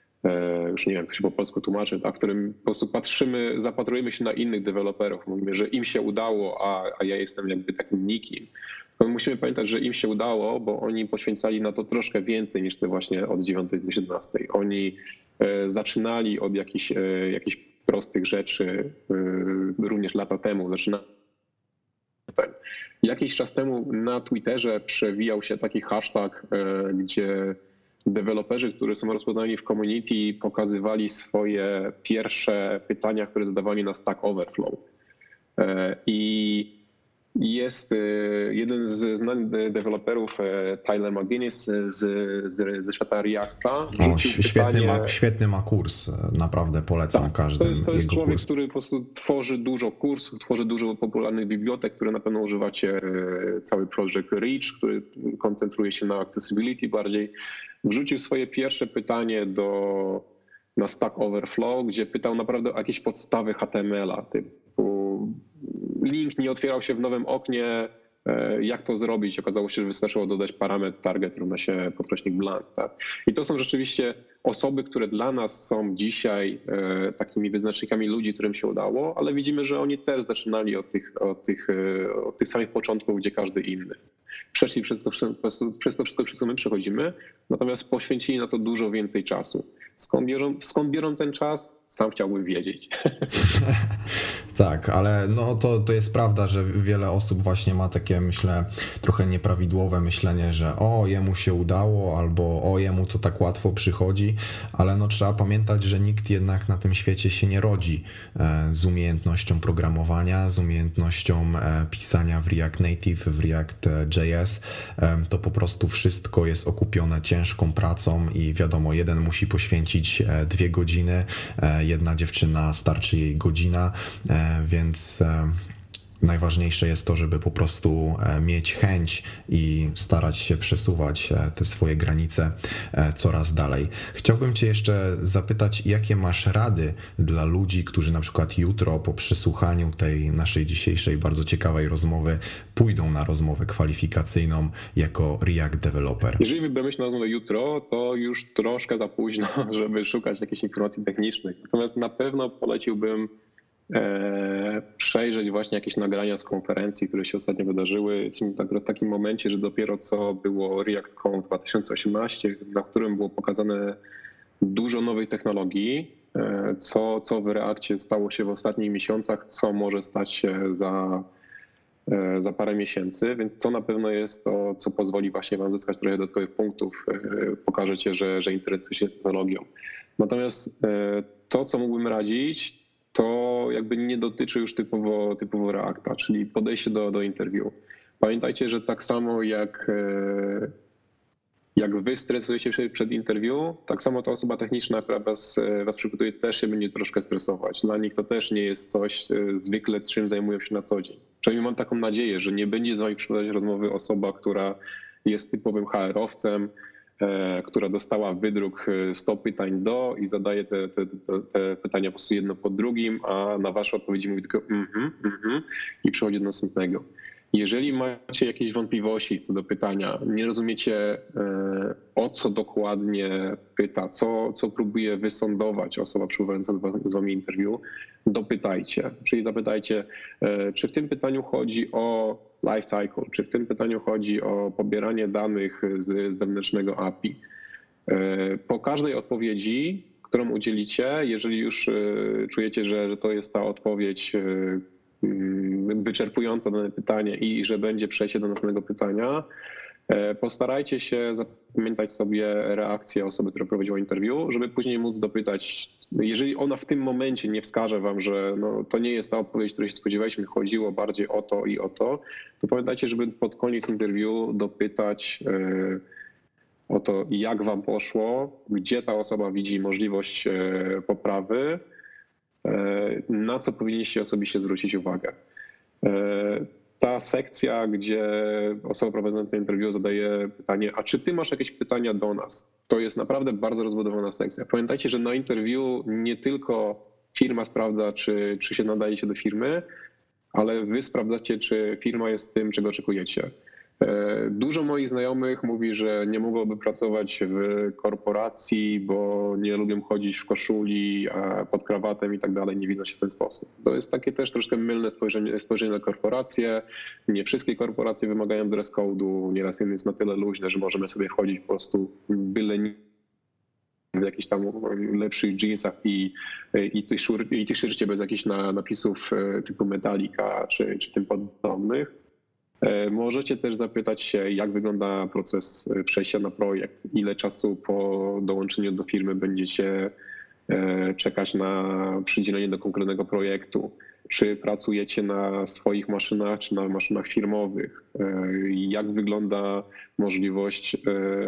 e, już nie wiem, jak to się po polsku tłumaczy, tak, w którym po prostu patrzymy, zapatrujemy się na innych deweloperów. Mówimy, że im się udało, a, a ja jestem jakby takim nikim. Tylko musimy pamiętać, że im się udało, bo oni poświęcali na to troszkę więcej niż te właśnie od dziewiątej do siedemnastej. Oni e, zaczynali od jakichś, e, jakichś prostych rzeczy, e, również lata temu. Zaczynali ten. Jakiś czas temu na Twitterze przewijał się taki hashtag, e, gdzie deweloperzy, którzy są rozpoznani w community, pokazywali swoje pierwsze pytania, które zadawali na Stack Overflow. E, I jest e, jeden z znanych deweloperów, e, Tyler McGuinness z, z, ze świata Reacta. O, Rzucił ś- świetny, pytanie- ma, świetny ma kurs, e, naprawdę polecam tak, każdym to jest, to jest jego człowiek, kurs. który po prostu tworzy dużo kursów, tworzy dużo popularnych bibliotek, które na pewno używacie. e, Cały projekt Reach, który koncentruje się na accessibility bardziej. Wrzucił swoje pierwsze pytanie do, na Stack Overflow, gdzie pytał naprawdę o jakieś podstawy H T M L-a, typu link nie otwierał się w nowym oknie, e, jak to zrobić? Okazało się, że wystarczyło dodać parametr target równa się podkreśnik blank. Tak? I to są rzeczywiście osoby, które dla nas są dzisiaj e, takimi wyznacznikami ludzi, którym się udało, ale widzimy, że oni też zaczynali od tych, od tych, e, od tych samych początków, gdzie każdy inny. Przeszli przez to, wszystko- przez to wszystko, przez co my przechodzimy, natomiast poświęcili na to dużo więcej czasu. Skąd biorą, skąd biorą ten czas? Sam chciałbym wiedzieć. Tak, ale no to, to jest prawda, że wiele osób właśnie ma takie, myślę, trochę nieprawidłowe myślenie, że o, jemu się udało, albo o, jemu to tak łatwo przychodzi, ale no trzeba pamiętać, że nikt jednak na tym świecie się nie rodzi e, z umiejętnością programowania, z umiejętnością e, pisania w React Native, w React J S. E, to po prostu wszystko jest okupione ciężką pracą i wiadomo, jeden musi poświęcić e, dwie godziny, e, jedna dziewczyna starczy jej godzina, e, więc e, Najważniejsze jest to, żeby po prostu mieć chęć i starać się przesuwać te swoje granice coraz dalej. Chciałbym Cię jeszcze zapytać, jakie masz rady dla ludzi, którzy na przykład jutro po przesłuchaniu tej naszej dzisiejszej bardzo ciekawej rozmowy pójdą na rozmowę kwalifikacyjną jako React Developer? Jeżeli wybramy się na rozmowę jutro, to już troszkę za późno, żeby szukać jakichś informacji technicznych. Natomiast na pewno poleciłbym przejrzeć właśnie jakieś nagrania z konferencji, które się ostatnio wydarzyły. Jesteśmy w takim momencie, że dopiero co było ReactConf dwa tysiące osiemnaście, na którym było pokazane dużo nowej technologii, co, co w Reakcie stało się w ostatnich miesiącach, co może stać się za, za parę miesięcy, więc to na pewno jest to, co pozwoli właśnie wam zyskać trochę dodatkowych punktów, pokażecie, że, że interesuje się technologią. Natomiast to, co mógłbym radzić, to jakby nie dotyczy już typowo, typowo Reacta, czyli podejście do, do interview. Pamiętajcie, że tak samo jak, jak wy stresujecie się przed interview, tak samo ta osoba techniczna, która was, was przygotuje, też się będzie troszkę stresować. Dla nich to też nie jest coś zwykle, z czym zajmują się na co dzień. Przynajmniej mam taką nadzieję, że nie będzie z wami przeprowadzać rozmowy osoba, która jest typowym H R-owcem, która dostała wydruk sto pytań do i zadaje te, te, te, te pytania po prostu jedno po drugim, a na wasze odpowiedzi mówi tylko mhm, mhm i przechodzi do następnego. Jeżeli macie jakieś wątpliwości co do pytania, nie rozumiecie o co dokładnie pyta, co, co próbuje wysądować osoba przeprowadzająca z wami interview, dopytajcie. Czyli zapytajcie, czy w tym pytaniu chodzi o life cycle, czy w tym pytaniu chodzi o pobieranie danych z zewnętrznego A P I. Po każdej odpowiedzi, którą udzielicie, jeżeli już czujecie, że to jest ta odpowiedź wyczerpująca dane pytanie i że będzie przejście do następnego pytania, postarajcie się zapamiętać sobie reakcję osoby, która prowadziła interview, żeby później móc dopytać, jeżeli ona w tym momencie nie wskaże wam, że no, to nie jest ta odpowiedź, której się spodziewaliśmy, chodziło bardziej o to i o to, to pamiętajcie, żeby pod koniec interview dopytać o to, jak wam poszło, gdzie ta osoba widzi możliwość poprawy, na co powinniście osobiście zwrócić uwagę. Ta sekcja, gdzie osoba prowadząca interview zadaje pytanie, a czy ty masz jakieś pytania do nas? To jest naprawdę bardzo rozbudowana sekcja. Pamiętajcie, że na interview nie tylko firma sprawdza, czy, czy się nadajecie do firmy, ale wy sprawdzacie, czy firma jest tym, czego oczekujecie. Dużo moich znajomych mówi, że nie mogłoby pracować w korporacji, bo nie lubią chodzić w koszuli, pod krawatem i tak dalej, nie widzą się w ten sposób. To jest takie też troszkę mylne spojrzenie, spojrzenie na korporacje. Nie wszystkie korporacje wymagają dress code'u, nieraz jest na tyle luźne, że możemy sobie wchodzić po prostu byle nie w jakichś tam lepszych jeansach i, i t-shircie bez jakichś napisów typu Metallica czy, czy tym podobnych. Możecie też zapytać się, jak wygląda proces przejścia na projekt, ile czasu po dołączeniu do firmy będziecie czekać na przydzielenie do konkretnego projektu, czy pracujecie na swoich maszynach, czy na maszynach firmowych, jak wygląda możliwość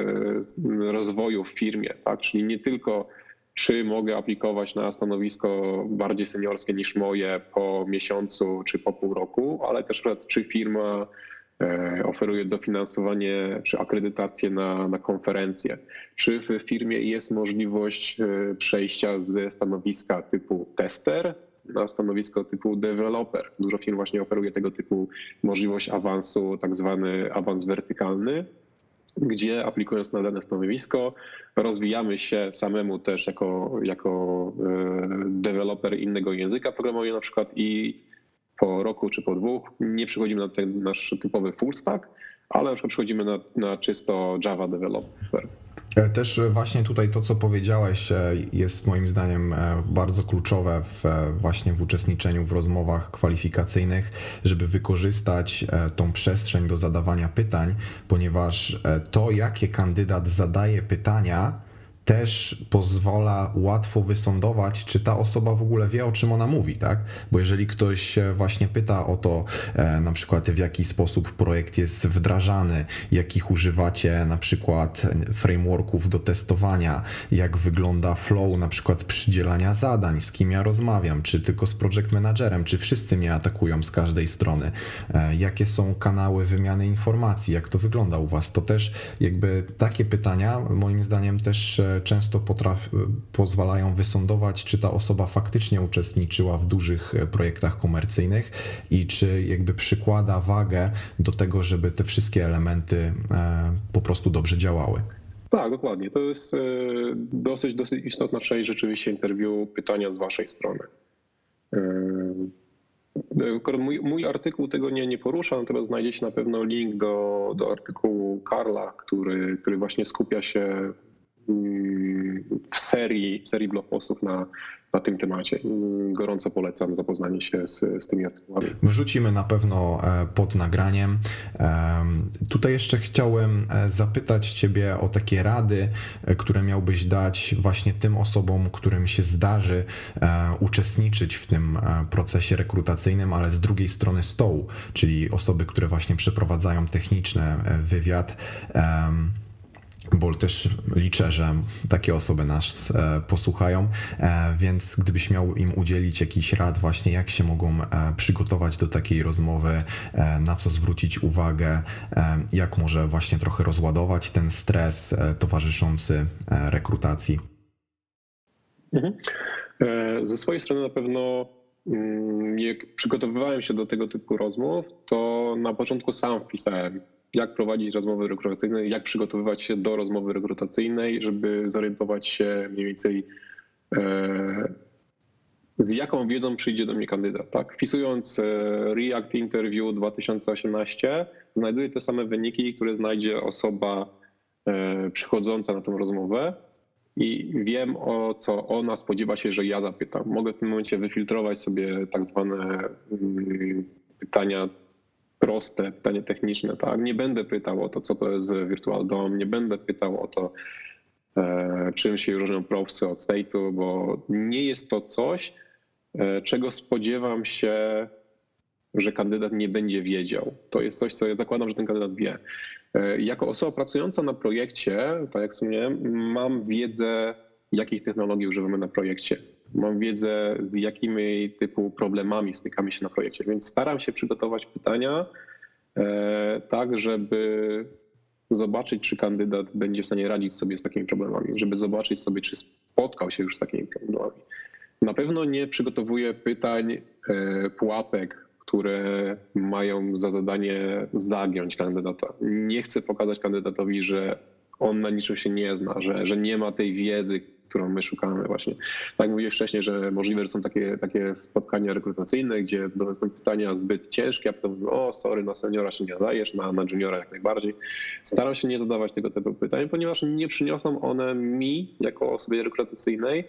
rozwoju w firmie, tak? Czyli nie tylko czy mogę aplikować na stanowisko bardziej seniorskie niż moje po miesiącu czy po pół roku, ale też czy firma oferuje dofinansowanie czy akredytację na, na konferencje. Czy w firmie jest możliwość przejścia ze stanowiska typu tester na stanowisko typu developer. Dużo firm właśnie oferuje tego typu możliwość awansu, tak zwany awans wertykalny, gdzie aplikując na dane stanowisko rozwijamy się samemu też jako, jako deweloper innego języka programowania na przykład i po roku czy po dwóch nie przechodzimy na ten nasz typowy full stack, ale na przykład przechodzimy na, na czysto Java developer. Też właśnie tutaj to, co powiedziałeś, jest moim zdaniem bardzo kluczowe w, właśnie w uczestniczeniu w rozmowach kwalifikacyjnych, żeby wykorzystać tą przestrzeń do zadawania pytań, ponieważ to, jakie kandydat zadaje pytania, też pozwala łatwo wysądować, czy ta osoba w ogóle wie, o czym ona mówi, tak? Bo jeżeli ktoś właśnie pyta o to, na przykład w jaki sposób projekt jest wdrażany, jakich używacie na przykład frameworków do testowania, jak wygląda flow na przykład przydzielania zadań, z kim ja rozmawiam, czy tylko z project managerem, czy wszyscy mnie atakują z każdej strony, jakie są kanały wymiany informacji, jak to wygląda u was, to też jakby takie pytania moim zdaniem też często potraf, pozwalają wysądować, czy ta osoba faktycznie uczestniczyła w dużych projektach komercyjnych i czy jakby przykłada wagę do tego, żeby te wszystkie elementy po prostu dobrze działały. Tak, dokładnie. To jest dosyć, dosyć istotna część rzeczywiście interwiu, pytania z waszej strony. Mój, mój artykuł tego nie, nie porusza, natomiast znajdziecie na pewno link do, do artykułu Karla, który, który właśnie skupia się w serii, w serii blog postów na, na tym temacie. Gorąco polecam zapoznanie się z, z tymi artykułami. Wrzucimy na pewno pod nagraniem. Tutaj jeszcze chciałem zapytać Ciebie o takie rady, które miałbyś dać właśnie tym osobom, którym się zdarzy uczestniczyć w tym procesie rekrutacyjnym, ale z drugiej strony stołu, czyli osoby, które właśnie przeprowadzają techniczny wywiad. Bo też liczę, że takie osoby nas posłuchają, więc gdybyś miał im udzielić jakichś rad właśnie, jak się mogą przygotować do takiej rozmowy, na co zwrócić uwagę, jak może właśnie trochę rozładować ten stres towarzyszący rekrutacji. Mhm. Ze swojej strony na pewno jak przygotowywałem się do tego typu rozmów, to na początku sam wpisałem, jak prowadzić rozmowy rekrutacyjne, jak przygotowywać się do rozmowy rekrutacyjnej, żeby zorientować się mniej więcej z jaką wiedzą przyjdzie do mnie kandydat. Tak? Wpisując React Interview dwa tysiące osiemnaście, znajduję te same wyniki, które znajdzie osoba przychodząca na tę rozmowę i wiem, o co ona spodziewa się, że ja zapytam. Mogę w tym momencie wyfiltrować sobie tak zwane pytania proste, pytanie techniczne, tak? Nie będę pytał o to, co to jest Virtual D O M, nie będę pytał o to, e, czym się różnią propsy od state'u, bo nie jest to coś, e, czego spodziewam się, że kandydat nie będzie wiedział. To jest coś, co ja zakładam, że ten kandydat wie. E, jako osoba pracująca na projekcie, tak jak wspomniałem, mam wiedzę, jakich technologii używamy na projekcie. Mam wiedzę, z jakimi typu problemami stykamy się na projekcie, więc staram się przygotować pytania e, tak, żeby zobaczyć, czy kandydat będzie w stanie radzić sobie z takimi problemami, żeby zobaczyć sobie, czy spotkał się już z takimi problemami. Na pewno nie przygotowuję pytań, e, pułapek, które mają za zadanie zagiąć kandydata. Nie chcę pokazać kandydatowi, że on na niczym się nie zna, że, że nie ma tej wiedzy, którą my szukamy właśnie. Tak jak mówiłem wcześniej, że możliwe, że są takie, takie spotkania rekrutacyjne, gdzie zadawane są pytania zbyt ciężkie, a potem mówię, o sorry, na seniora się nie nadajesz, na, na juniora jak najbardziej. Staram się nie zadawać tego typu pytań, ponieważ nie przyniosą one mi, jako osobie rekrutacyjnej,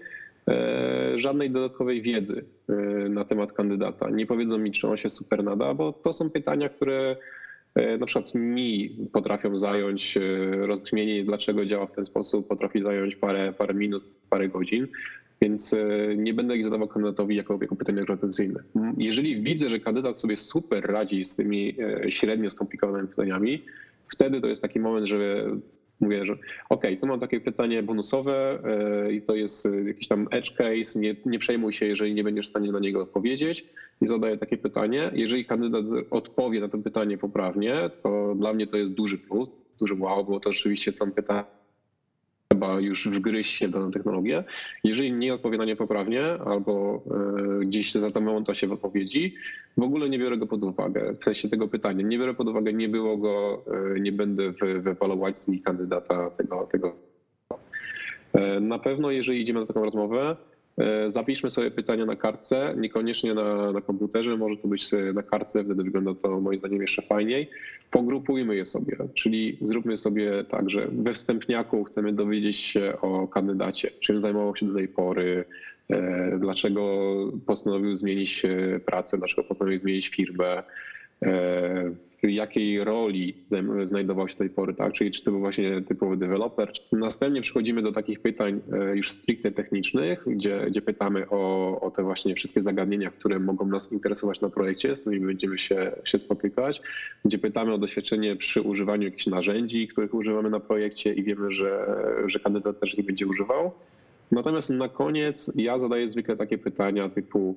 e, żadnej dodatkowej wiedzy e, na temat kandydata. Nie powiedzą mi, czy on się super nada, bo to są pytania, które na przykład mi potrafią zająć, rozkminienie, dlaczego działa w ten sposób, potrafi zająć parę, parę minut, parę godzin, więc nie będę ich zadawał kandydatowi jako, jako pytania rekrutacyjne. Jeżeli widzę, że kandydat sobie super radzi z tymi średnio skomplikowanymi pytaniami, wtedy to jest taki moment, że mówię, że ok, tu mam takie pytanie bonusowe i to jest jakiś tam edge case, nie, nie przejmuj się, jeżeli nie będziesz w stanie na niego odpowiedzieć i zadaję takie pytanie. Jeżeli kandydat odpowie na to pytanie poprawnie, to dla mnie to jest duży plus, duży wow, bo to rzeczywiście są pytania, trzeba już wgryźć się w daną technologię. Jeżeli nie odpowie na nie poprawnie albo gdzieś zamąta się w odpowiedzi, w ogóle nie biorę go pod uwagę, w sensie tego pytania. Nie biorę pod uwagę, nie było go, nie będę wywaluować z nich kandydata tego, tego. Na pewno, jeżeli idziemy na taką rozmowę, zapiszmy sobie pytania na kartce, niekoniecznie na, na komputerze, może to być na kartce, wtedy wygląda to moim zdaniem jeszcze fajniej. Pogrupujmy je sobie, czyli zróbmy sobie tak, że we wstępniaku chcemy dowiedzieć się o kandydacie, czym zajmował się do tej pory, dlaczego postanowił zmienić pracę, dlaczego postanowił zmienić firmę, w jakiej roli znajdował się do tej pory, tak? Czyli czy to był właśnie typowy deweloper. Następnie przechodzimy do takich pytań już stricte technicznych, gdzie, gdzie pytamy o, o te właśnie wszystkie zagadnienia, które mogą nas interesować na projekcie, z którymi będziemy się, się spotykać, gdzie pytamy o doświadczenie przy używaniu jakichś narzędzi, których używamy na projekcie i wiemy, że, że kandydat też ich będzie używał. Natomiast na koniec ja zadaję zwykle takie pytania typu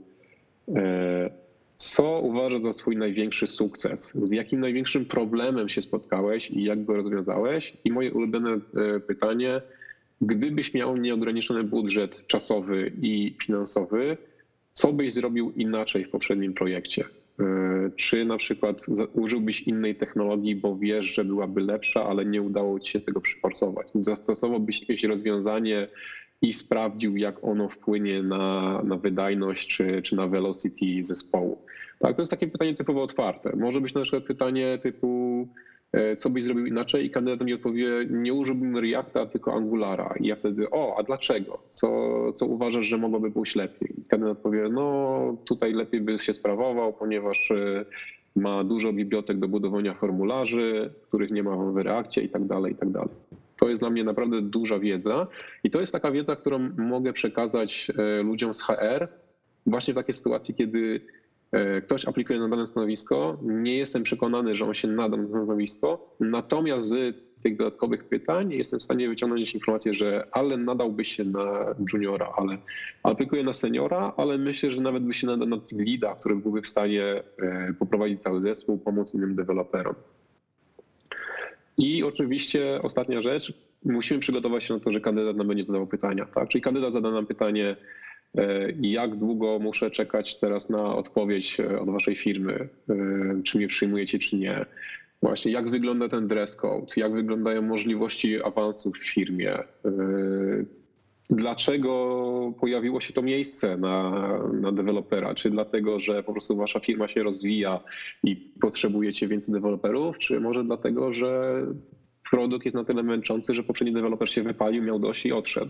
co uważasz za swój największy sukces? Z jakim największym problemem się spotkałeś i jak go rozwiązałeś? I moje ulubione pytanie, gdybyś miał nieograniczony budżet czasowy i finansowy, co byś zrobił inaczej w poprzednim projekcie? Czy na przykład użyłbyś innej technologii, bo wiesz, że byłaby lepsza, ale nie udało ci się tego przyforsować? Zastosowałbyś jakieś rozwiązanie i sprawdził, jak ono wpłynie na, na wydajność czy, czy na velocity zespołu. Tak, to jest takie pytanie typowo otwarte. Może być na przykład pytanie typu, co byś zrobił inaczej i kandydat mi odpowie, nie użyłbym Reacta, tylko Angulara. I ja wtedy, o, a dlaczego? Co, co uważasz, że mogłoby pójść lepiej? I kandydat powie, no tutaj lepiej by się sprawował, ponieważ ma dużo bibliotek do budowania formularzy, których nie ma w Reactie i tak dalej, i tak dalej. To jest dla mnie naprawdę duża wiedza i to jest taka wiedza, którą mogę przekazać ludziom z H R właśnie w takiej sytuacji, kiedy ktoś aplikuje na dane stanowisko, nie jestem przekonany, że on się nada na stanowisko, natomiast z tych dodatkowych pytań jestem w stanie wyciągnąć informację, że ale nadałby się na juniora, ale aplikuje na seniora, ale myślę, że nawet by się nadał na team leada, który byłby w stanie poprowadzić cały zespół, pomóc innym deweloperom. I oczywiście ostatnia rzecz, musimy przygotować się na to, że kandydat nam będzie zadawał pytania. Tak? Czyli kandydat zada nam pytanie, jak długo muszę czekać teraz na odpowiedź od waszej firmy, czy mnie przyjmujecie, czy nie. Właśnie jak wygląda ten dress code, jak wyglądają możliwości awansu w firmie, dlaczego pojawiło się to miejsce na, na dewelopera? Czy dlatego, że po prostu wasza firma się rozwija i potrzebujecie więcej deweloperów, czy może dlatego, że produkt jest na tyle męczący, że poprzedni deweloper się wypalił, miał dość i odszedł?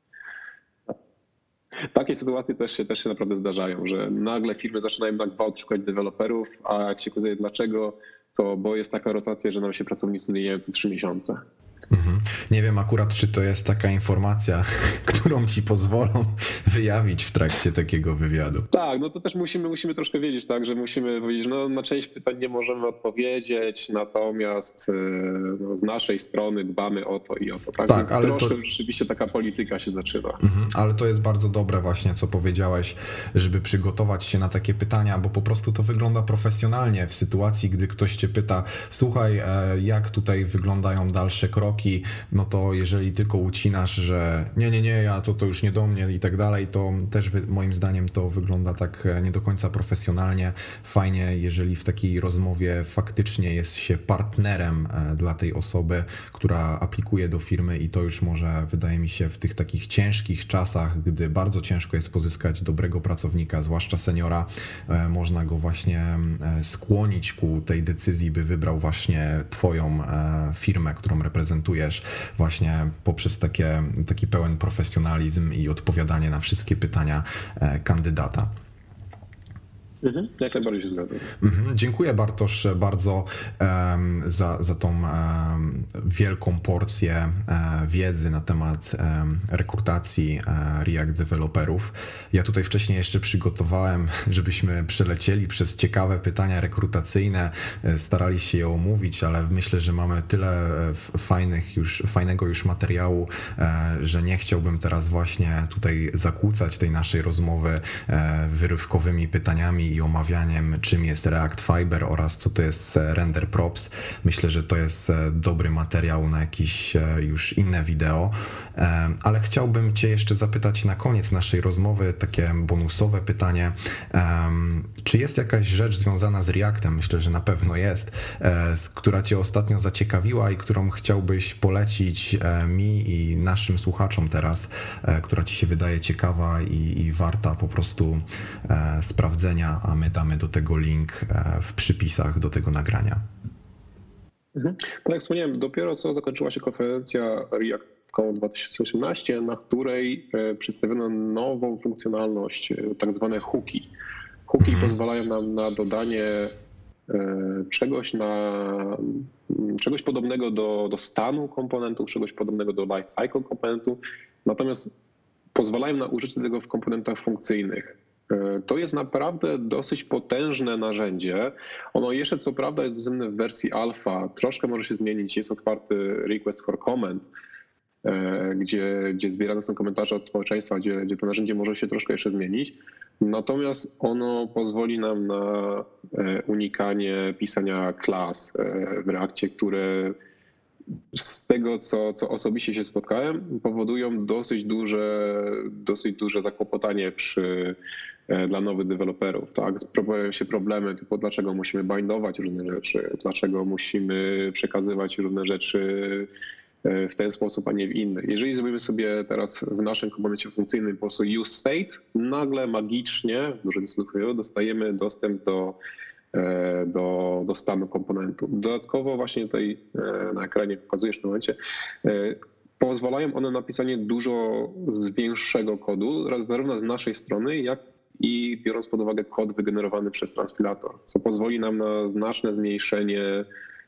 Takie sytuacje też się, też się naprawdę zdarzają, że nagle firmy zaczynają na gwałt szukać deweloperów, a jak się okazuje dlaczego, to bo jest taka rotacja, że nam się pracownicy zmieniają co trzy miesiące. Mhm. Nie wiem akurat, czy to jest taka informacja, którą ci pozwolą wyjawić w trakcie takiego wywiadu. Tak, no to też musimy, musimy troszkę wiedzieć, tak, że musimy powiedzieć, no na część pytań nie możemy odpowiedzieć, natomiast no, z naszej strony dbamy o to i o to. Tak, tak Więc ale troszkę to... rzeczywiście taka polityka się zaczyna. Mhm, ale to jest bardzo dobre właśnie, co powiedziałeś, żeby przygotować się na takie pytania, bo po prostu to wygląda profesjonalnie w sytuacji, gdy ktoś cię pyta, słuchaj, jak tutaj wyglądają dalsze kroki, no to jeżeli tylko ucinasz, że nie, nie, nie, ja to, to już nie do mnie i tak dalej, to też wy, moim zdaniem to wygląda tak nie do końca profesjonalnie. Fajnie, jeżeli w takiej rozmowie faktycznie jest się partnerem dla tej osoby, która aplikuje do firmy i to już może, wydaje mi się, w tych takich ciężkich czasach, gdy bardzo ciężko jest pozyskać dobrego pracownika, zwłaszcza seniora, można go właśnie skłonić ku tej decyzji, by wybrał właśnie twoją firmę, którą reprezentujesz, właśnie poprzez takie, taki pełen profesjonalizm i odpowiadanie na wszystkie pytania kandydata. Mhm, jak najbardziej się zgadzam. Mhm, dziękuję Bartosz bardzo um, za, za tą um, wielką porcję um, wiedzy na temat um, rekrutacji um, React deweloperów. Ja tutaj wcześniej jeszcze przygotowałem, żebyśmy przelecieli przez ciekawe pytania rekrutacyjne, starali się je omówić, ale myślę, że mamy tyle fajnych już, fajnego już materiału, że nie chciałbym teraz właśnie tutaj zakłócać tej naszej rozmowy wyrywkowymi pytaniami i omawianiem, czym jest React Fiber oraz co to jest Render Props. Myślę, że to jest dobry materiał na jakieś już inne wideo, ale chciałbym Cię jeszcze zapytać na koniec naszej rozmowy takie bonusowe pytanie. Czy jest jakaś rzecz związana z Reactem? Myślę, że na pewno jest, która Cię ostatnio zaciekawiła i którą chciałbyś polecić mi i naszym słuchaczom teraz, która Ci się wydaje ciekawa i, i warta po prostu sprawdzenia, a my damy do tego link w przypisach do tego nagrania. Mhm. Tak jak wspomniałem, dopiero co zakończyła się konferencja ReactCon dwa tysiące osiemnaście, na której przedstawiono nową funkcjonalność, tak zwane hooki. Hooki mhm. pozwalają nam na dodanie czegoś na czegoś podobnego do, do stanu komponentów, czegoś podobnego do life cycle komponentu, natomiast pozwalają na użycie tego w komponentach funkcyjnych. To jest naprawdę dosyć potężne narzędzie. Ono jeszcze co prawda jest dostępne w wersji alfa, troszkę może się zmienić, jest otwarty request for comment, gdzie, gdzie zbierane są komentarze od społeczeństwa, gdzie, gdzie to narzędzie może się troszkę jeszcze zmienić. Natomiast ono pozwoli nam na unikanie pisania klas w Reakcie, które z tego, co, co osobiście się spotkałem, powodują dosyć duże, dosyć duże zakłopotanie przy, dla nowych deweloperów. Tak? Pojawiają się problemy typu dlaczego musimy bindować różne rzeczy, dlaczego musimy przekazywać różne rzeczy w ten sposób, a nie w inny. Jeżeli zrobimy sobie teraz w naszym komponencie funkcyjnym po prostu use state, nagle magicznie w dużym cudzysłowie dostajemy dostęp do, do, do stanu komponentu. Dodatkowo właśnie tutaj na ekranie pokazujesz w tym momencie, pozwalają one na pisanie dużo z większego kodu, zarówno z naszej strony, jak i biorąc pod uwagę kod wygenerowany przez transpilator, co pozwoli nam na znaczne zmniejszenie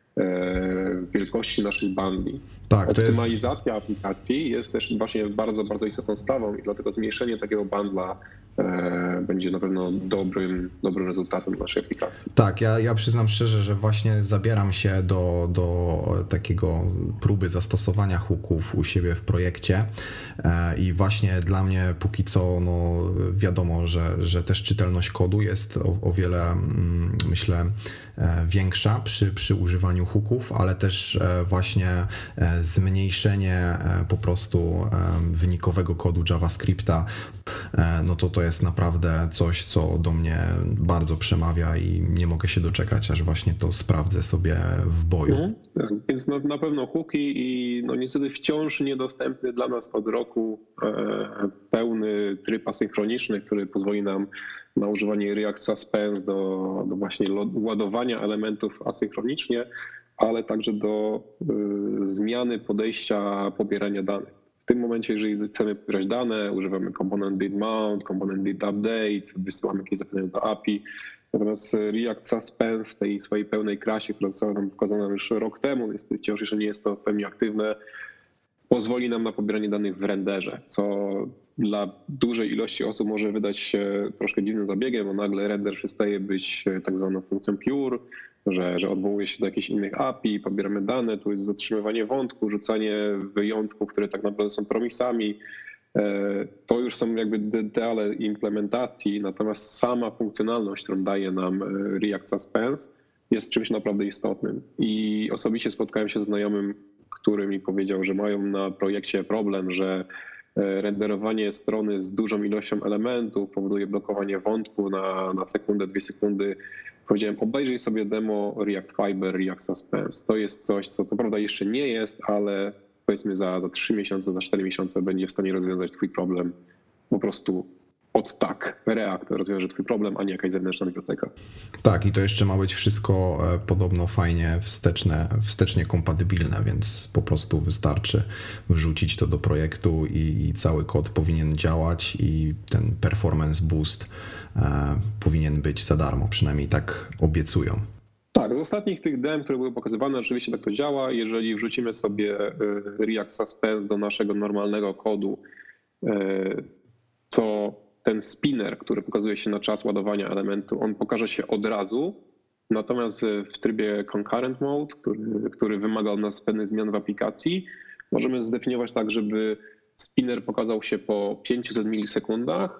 wielkości naszych bundli. Tak, to Optymalizacja jest... aplikacji jest też właśnie bardzo, bardzo istotną sprawą i dlatego zmniejszenie takiego bundla e, będzie na pewno dobrym, dobrym rezultatem naszej aplikacji. Tak, ja, ja przyznam szczerze, że właśnie zabieram się do, do takiego próby zastosowania hooków u siebie w projekcie e, i właśnie dla mnie póki co no, wiadomo, że, że też czytelność kodu jest o, o wiele mm, myślę większa przy, przy używaniu hooków, ale też właśnie zmniejszenie po prostu wynikowego kodu JavaScripta, no to to jest naprawdę coś, co do mnie bardzo przemawia i nie mogę się doczekać, aż właśnie to sprawdzę sobie w boju. Mhm. Tak, więc no, na pewno hooki i no niestety wciąż niedostępny dla nas od roku e, pełny tryb asynchroniczny, który pozwoli nam na używanie React Suspense do, do właśnie ładowania elementów asynchronicznie, ale także do y, zmiany podejścia pobierania danych. W tym momencie, jeżeli chcemy pobierać dane, używamy komponent did mount, komponent did update, wysyłamy jakieś zapytania do A P I. Natomiast React Suspense w tej swojej pełnej krasie, która została nam pokazana już rok temu, niestety wciąż jeszcze nie jest to w pełni aktywne, pozwoli nam na pobieranie danych w renderze, co dla dużej ilości osób może wydać się troszkę dziwnym zabiegiem, bo nagle render przestaje być tak zwaną funkcją pure, że, że odwołuje się do jakichś innych A P I, pobieramy dane, tu jest zatrzymywanie wątku, rzucanie wyjątków, które tak naprawdę są promisami. To już są jakby detale implementacji, natomiast sama funkcjonalność, którą daje nam React Suspense, jest czymś naprawdę istotnym. I osobiście spotkałem się z znajomym, który mi powiedział, że mają na projekcie problem, że renderowanie strony z dużą ilością elementów powoduje blokowanie wątku na, na sekundę, dwie sekundy. Powiedziałem, obejrzyj sobie demo React Fiber, React Suspense. To jest coś, co co prawda jeszcze nie jest, ale powiedzmy za, za trzy miesiące, za cztery miesiące będzie w stanie rozwiązać twój problem po prostu od tak. React rozwiąże twój problem, a nie jakaś zewnętrzna biblioteka. Tak, i to jeszcze ma być wszystko podobno fajnie wsteczne, wstecznie kompatybilne, więc po prostu wystarczy wrzucić to do projektu i, i cały kod powinien działać i ten performance boost e, powinien być za darmo, przynajmniej tak obiecują. Tak, z ostatnich tych dem, które były pokazywane, oczywiście tak to działa. Jeżeli wrzucimy sobie React Suspense do naszego normalnego kodu, to ten spinner, który pokazuje się na czas ładowania elementu, on pokaże się od razu, natomiast w trybie concurrent mode, który, który wymaga od nas pewnych zmian w aplikacji, możemy zdefiniować tak, żeby spinner pokazał się po pięciuset milisekundach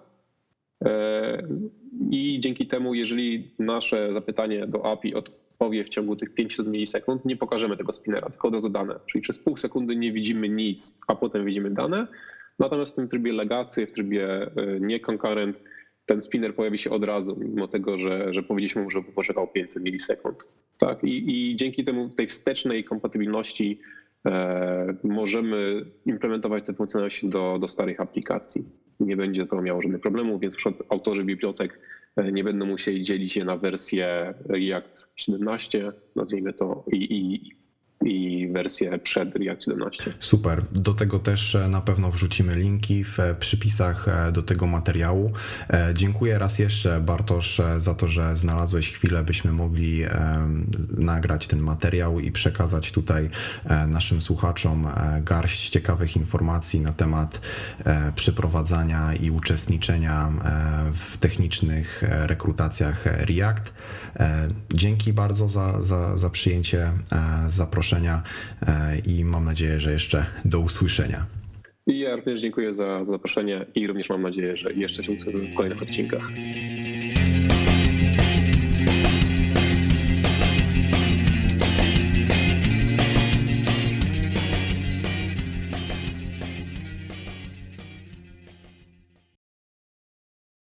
i dzięki temu, jeżeli nasze zapytanie do A P I odpowie w ciągu tych pięciuset milisekund, nie pokażemy tego spinnera, tylko od razu dane. Czyli przez pół sekundy nie widzimy nic, a potem widzimy dane. Natomiast w tym trybie legacy, w trybie nie concurrent, ten spinner pojawi się od razu, mimo tego, że, że powiedzieliśmy mu, żeby poczekał pięćset milisekund. Tak? I, I dzięki temu tej wstecznej kompatybilności e, możemy implementować te funkcjonalności do, do starych aplikacji. Nie będzie to miało żadnych problemów, więc na przykład autorzy bibliotek nie będą musieli dzielić je na wersję React siedemnaście, nazwijmy to, i, i i wersję przed React siedemnaście. Super. Do tego też na pewno wrzucimy linki w przypisach do tego materiału. Dziękuję raz jeszcze, Bartosz, za to, że znalazłeś chwilę, byśmy mogli nagrać ten materiał i przekazać tutaj naszym słuchaczom garść ciekawych informacji na temat przeprowadzania i uczestniczenia w technicznych rekrutacjach React. Dzięki bardzo za, za, za przyjęcie zaproszenia i mam nadzieję, że jeszcze do usłyszenia. I ja również dziękuję za zaproszenie i również mam nadzieję, że jeszcze się usłyszymy w kolejnych odcinkach.